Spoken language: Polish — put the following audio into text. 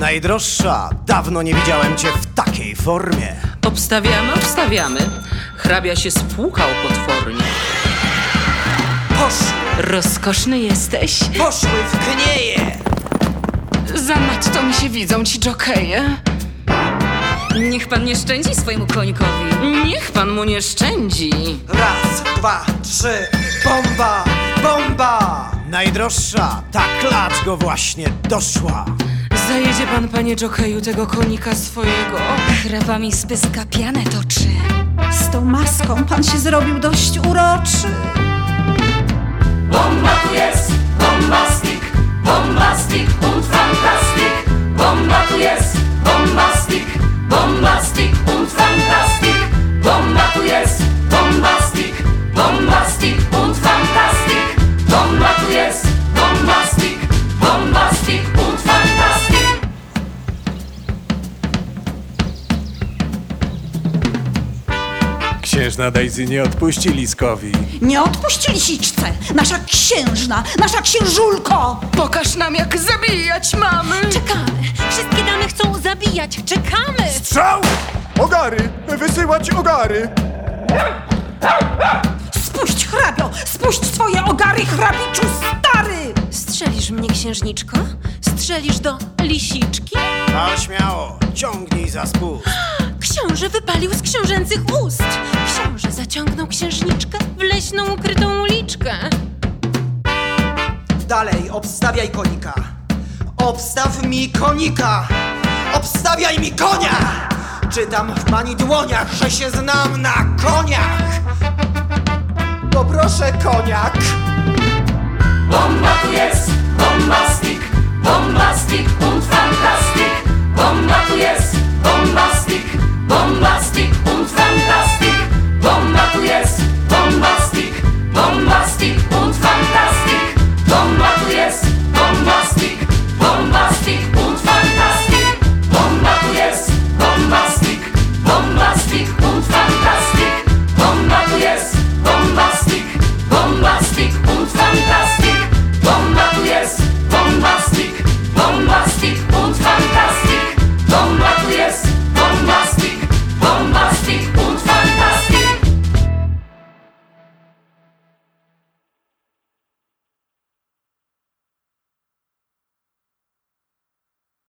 Najdroższa, dawno nie widziałem cię w takiej formie. Obstawiamy. Hrabia się spłukał potwornie. Poszły, Rozkoszny jesteś. poszły w gnieje. Zanadto mi się widzą ci dżokeje. Niech pan nie szczędzi swojemu konikowi. Niech pan mu nie szczędzi. Raz, dwa, trzy, bomba, bomba. Najdroższa, ta klacz go właśnie doszła. Zajedzie pan, panie dżokeju, tego konika swojego. Chrapami z pyska pianę toczy. Z tą maską pan się zrobił dość uroczy. Bomba tu jest, bombastik, bombastik und fantastik. Bomba tu jest, bombastik, bombastik und fantastik. Bomba tu jest, bombastik, bombastik und fantastik. Bomba tu jest, bombastik, bombastik und fantastik. Księżna Daisy nie odpuści Liskowi. Nie odpuścili siczce. Nasza księżna, nasza księżulko. Pokaż nam, jak zabijać mamy. Czekamy. Wszystkie damy chcą zabijać. Czekamy. Strzał! Ogary! Wysyłać ogary! Spuść, hrabio, spuść swoje ogary, hrabiczu stary. Strzelisz mnie, księżniczko? Strzelisz do lisiczki? A śmiało, ciągnij za spust. Książę wypalił z książęcych ust. Książę zaciągnął księżniczkę w leśną ukrytą uliczkę. Dalej, obstawiaj konika. Obstaw mi konika. Obstawiaj mi konia. Czytam w pani dłoniach, że się znam na koniach. Poproszę koniak. Bomba tu jest, bombastik, bomba